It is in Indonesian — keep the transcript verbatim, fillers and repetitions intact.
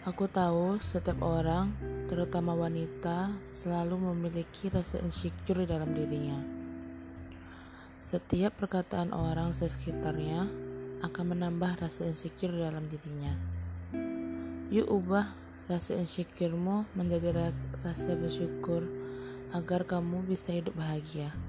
Aku tahu setiap orang, terutama wanita, selalu memiliki rasa insecure di dalam dirinya. Setiap perkataan orang sekitarnya akan menambah rasa insecure di dalam dirinya. Yuk ubah rasa insecuremu menjadi rasa bersyukur agar kamu bisa hidup bahagia.